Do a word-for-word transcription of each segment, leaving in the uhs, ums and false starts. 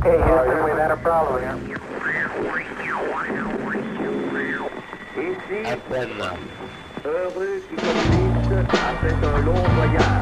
Okay, Houston, we've had a problem here. Ici, Athènes. heureux qui conduisent a fait un long voyage.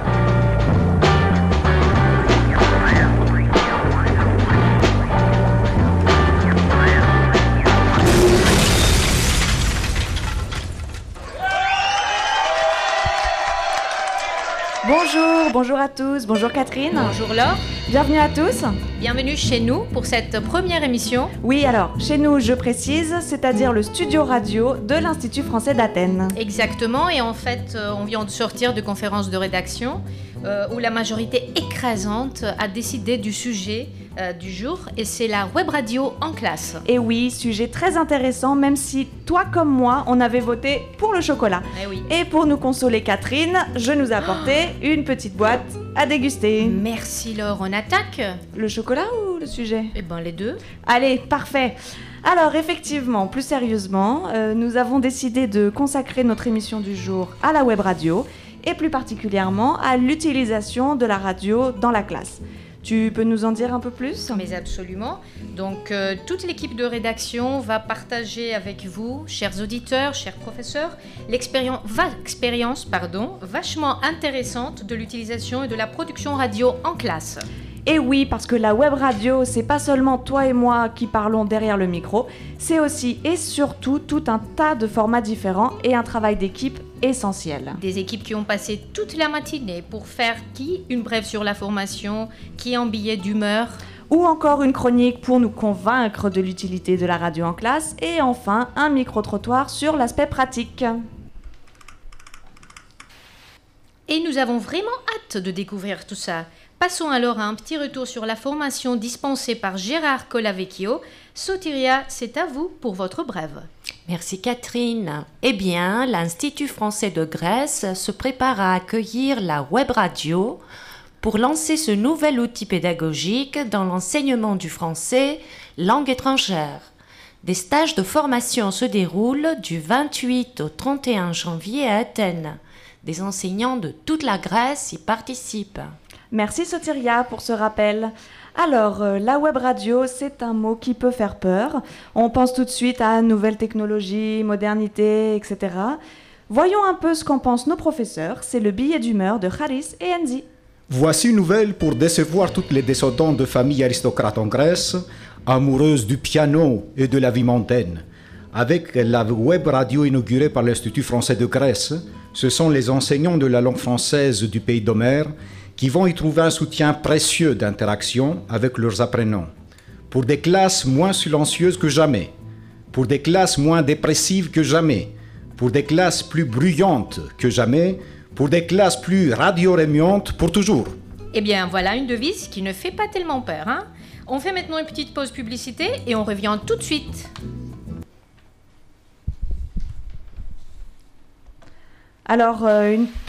Bonjour, bonjour à tous, bonjour Catherine. Bonjour Laure. Bienvenue à tous. Bienvenue chez nous pour cette première émission. Oui, alors, chez nous, je précise, c'est-à-dire le studio radio de l'Institut français d'Athènes. Exactement, et en fait, euh, on vient de sortir de conférence de rédaction euh, où la majorité écrasante a décidé du sujet euh, du jour, et c'est la web radio en classe. Et oui, sujet très intéressant, même si toi comme moi, on avait voté pour le chocolat. Eh oui. Et pour nous consoler Catherine, je nous ai apporté une petite boîte à déguster. Merci Laure, on attaque? Le chocolat ou le sujet? Eh ben les deux. Allez, parfait. Alors effectivement, plus sérieusement, euh, nous avons décidé de consacrer notre émission du jour à la web radio et plus particulièrement à l'utilisation de la radio dans la classe. Tu peux nous en dire un peu plus ? Mais absolument. Donc, euh, toute l'équipe de rédaction va partager avec vous, chers auditeurs, chers professeurs, l'expérience, va, expérience, pardon, vachement intéressante de l'utilisation et de la production radio en classe. Et oui, parce que la web radio, c'est pas seulement toi et moi qui parlons derrière le micro, c'est aussi et surtout tout un tas de formats différents et un travail d'équipe essentiel. Des équipes qui ont passé toute la matinée pour faire qui une brève sur la formation, qui un billet d'humeur, ou encore une chronique pour nous convaincre de l'utilité de la radio en classe, et enfin un micro-trottoir sur l'aspect pratique. Et nous avons vraiment hâte de découvrir tout ça. Passons alors à un petit retour sur la formation dispensée par Gérard Colavecchio. Sotiria, c'est à vous pour votre brève. Merci Catherine. Eh bien, l'Institut français de Grèce se prépare à accueillir la web radio pour lancer ce nouvel outil pédagogique dans l'enseignement du français, langue étrangère. Des stages de formation se déroulent du vingt-huit au trente et un janvier à Athènes. Des enseignants de toute la Grèce y participent. Merci Sotiria pour ce rappel. Alors, euh, la web radio, c'est un mot qui peut faire peur. On pense tout de suite à nouvelles technologies, modernité, et cetera. Voyons un peu ce qu'en pensent nos professeurs. C'est le billet d'humeur de Haris et Enzi. Voici une nouvelle pour décevoir toutes les descendants de familles aristocrates en Grèce, amoureuses du piano et de la vie mondaine. Avec la web radio inaugurée par l'Institut français de Grèce, ce sont les enseignants de la langue française du pays d'Homère qui vont y trouver un soutien précieux d'interaction avec leurs apprenants. Pour des classes moins silencieuses que jamais, pour des classes moins dépressives que jamais, pour des classes plus bruyantes que jamais, pour des classes plus radio-rémiantes pour toujours. Eh bien, voilà une devise qui ne fait pas tellement peur, hein ? On fait maintenant une petite pause publicité et on revient tout de suite. Alors, euh, une pub ?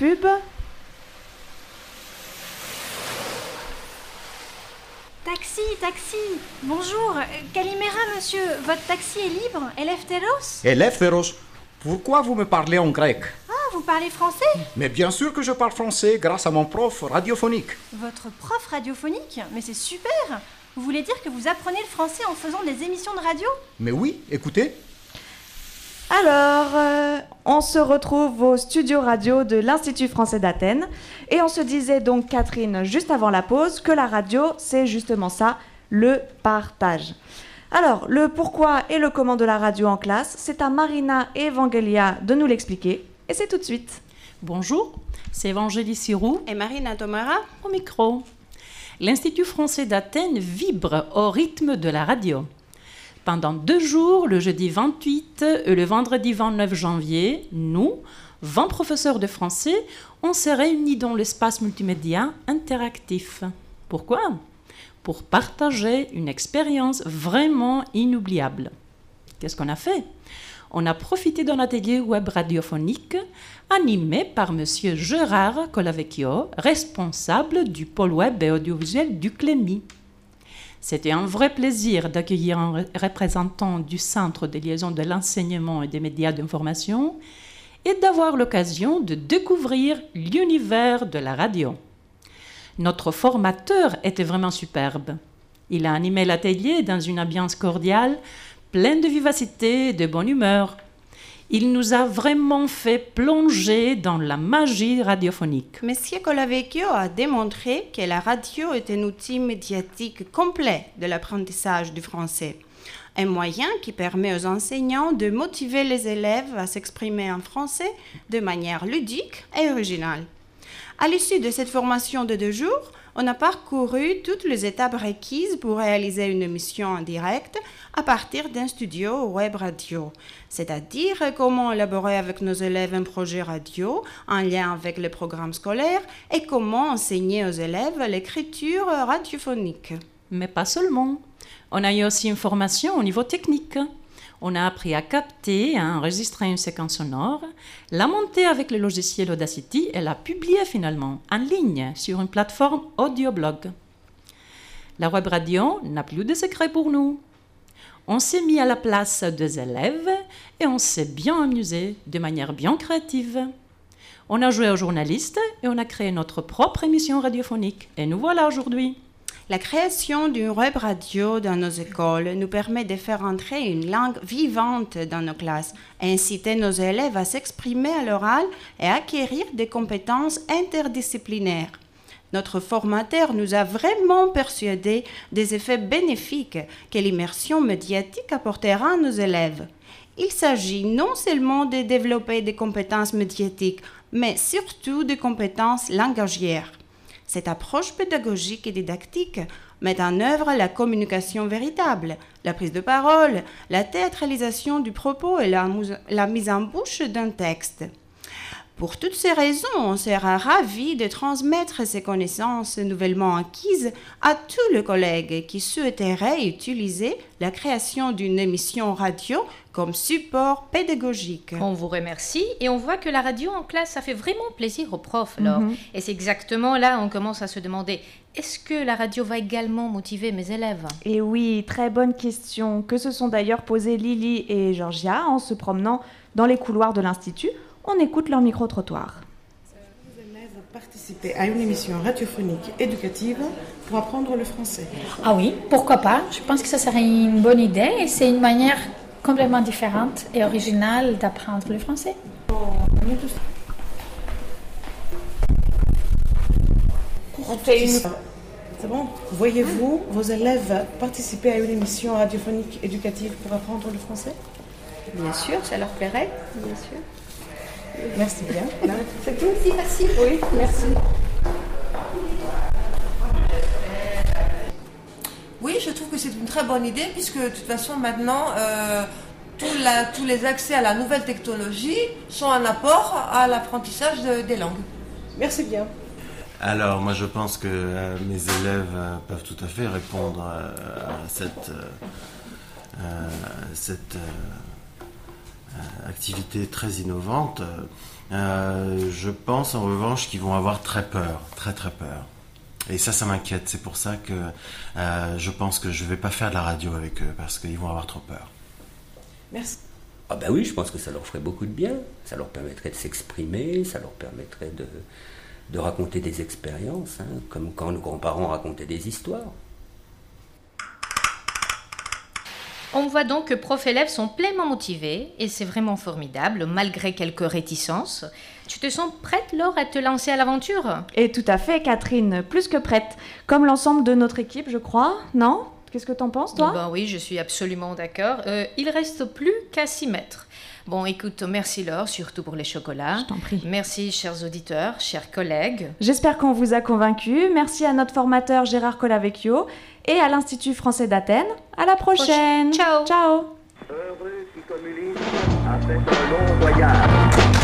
Taxi, taxi, bonjour, Calimera, monsieur, votre taxi est libre, Eleftheros ? Eleftheros, pourquoi vous me parlez en grec ? Ah, vous parlez français ? Mais bien sûr que je parle français grâce à mon prof radiophonique. Votre prof radiophonique ? Mais c'est super ! Vous voulez dire que vous apprenez le français en faisant des émissions de radio ? Mais oui, écoutez. Alors, euh, on se retrouve au studio radio de l'Institut français d'Athènes et on se disait donc, Catherine, juste avant la pause, que la radio, c'est justement ça, le partage. Alors, le pourquoi et le comment de la radio en classe, c'est à Marina et Evangelia de nous l'expliquer et c'est tout de suite. Bonjour, c'est Evangélie Sirou et Marina Tomara au micro. L'Institut français d'Athènes vibre au rythme de la radio. Pendant deux jours, le jeudi vingt-huit et le vendredi vingt-neuf janvier, nous, vingt professeurs de français, on s'est réunis dans l'espace multimédia interactif. Pourquoi ? Pour partager une expérience vraiment inoubliable. Qu'est-ce qu'on a fait ? On a profité d'un atelier web radiophonique animé par M. Gérard Colavecchio, responsable du pôle web et audiovisuel du Clémy. C'était un vrai plaisir d'accueillir un représentant du Centre de liaison de l'enseignement et des médias d'information et d'avoir l'occasion de découvrir l'univers de la radio. Notre formateur était vraiment superbe. Il a animé l'atelier dans une ambiance cordiale, pleine de vivacité et de bonne humeur. Il nous a vraiment fait plonger dans la magie radiophonique. Monsieur Colavecchio a démontré que la radio est un outil médiatique complet de l'apprentissage du français. Un moyen qui permet aux enseignants de motiver les élèves à s'exprimer en français de manière ludique et originale. À l'issue de cette formation de deux jours, on a parcouru toutes les étapes requises pour réaliser une émission en direct à partir d'un studio web radio, c'est-à-dire comment élaborer avec nos élèves un projet radio en lien avec le programme scolaire et comment enseigner aux élèves l'écriture radiophonique. Mais pas seulement. On a eu aussi une formation au niveau technique. On a appris à capter, à enregistrer une séquence sonore, la monter avec le logiciel Audacity et la publier finalement en ligne sur une plateforme audioblog. La web radio n'a plus de secret pour nous. On s'est mis à la place des élèves et on s'est bien amusé de manière bien créative. On a joué aux journalistes et on a créé notre propre émission radiophonique. Et nous voilà aujourd'hui. La création d'une web radio dans nos écoles nous permet de faire entrer une langue vivante dans nos classes, inciter nos élèves à s'exprimer à l'oral et acquérir des compétences interdisciplinaires. Notre formateur nous a vraiment persuadés des effets bénéfiques que l'immersion médiatique apportera à nos élèves. Il s'agit non seulement de développer des compétences médiatiques, mais surtout des compétences langagières. Cette approche pédagogique et didactique met en œuvre la communication véritable, la prise de parole, la théâtralisation du propos et la, la mise en bouche d'un texte. Pour toutes ces raisons, on sera ravis de transmettre ces connaissances nouvellement acquises à tous les collègues qui souhaiteraient utiliser la création d'une émission radio comme support pédagogique. On vous remercie et on voit que la radio en classe, ça fait vraiment plaisir aux profs. Alors. Mm-hmm. Et c'est exactement là on commence à se demander, est-ce que la radio va également motiver mes élèves ? Et oui, très bonne question, que se sont d'ailleurs posées Lily et Georgia en se promenant dans les couloirs de l'Institut. On écoute leur micro-trottoir. Les élèves participer à une émission radiophonique éducative pour apprendre le français. Ah oui, pourquoi pas ? Je pense que ça serait une bonne idée et c'est une manière complètement différente et originale d'apprendre le français. On fait une... C'est bon ? Voyez-vous vos élèves participer à une émission radiophonique éducative pour apprendre le français ? Bien sûr, ça leur plairait. Bien sûr. Merci bien. C'est tout aussi facile. Oui, merci. Oui, je trouve que c'est une très bonne idée puisque de toute façon maintenant, euh, tout la, tous les accès à la nouvelle technologie sont un apport à l'apprentissage de, des langues. Merci bien. Alors moi je pense que euh, mes élèves euh, peuvent tout à fait répondre euh, à cette, euh, euh, cette euh, activité très innovante. Euh, je pense en revanche qu'ils vont avoir très peur, très très peur. Et ça, ça m'inquiète. C'est pour ça que euh, je pense que je ne vais pas faire de la radio avec eux parce qu'ils vont avoir trop peur. Merci. Ah ben oui, je pense que ça leur ferait beaucoup de bien. Ça leur permettrait de s'exprimer, ça leur permettrait de, de raconter des expériences, hein, comme quand nos grands-parents racontaient des histoires. On voit donc que profs et élèves sont pleinement motivés et c'est vraiment formidable, malgré quelques réticences. Tu te sens prête, Laure, à te lancer à l'aventure ? Et tout à fait, Catherine, plus que prête. Comme l'ensemble de notre équipe, je crois, non ? Qu'est-ce que t'en penses, toi ? Ben oui, je suis absolument d'accord. Euh, il reste plus qu'à s'y mettre. Bon, écoute, merci Laure, surtout pour les chocolats. Je t'en prie. Merci, chers auditeurs, chers collègues. J'espère qu'on vous a convaincus. Merci à notre formateur Gérard Colavecchio et à l'Institut français d'Athènes. À la prochaine. Ciao. Ciao. Heureux qui communique a fait un long voyage.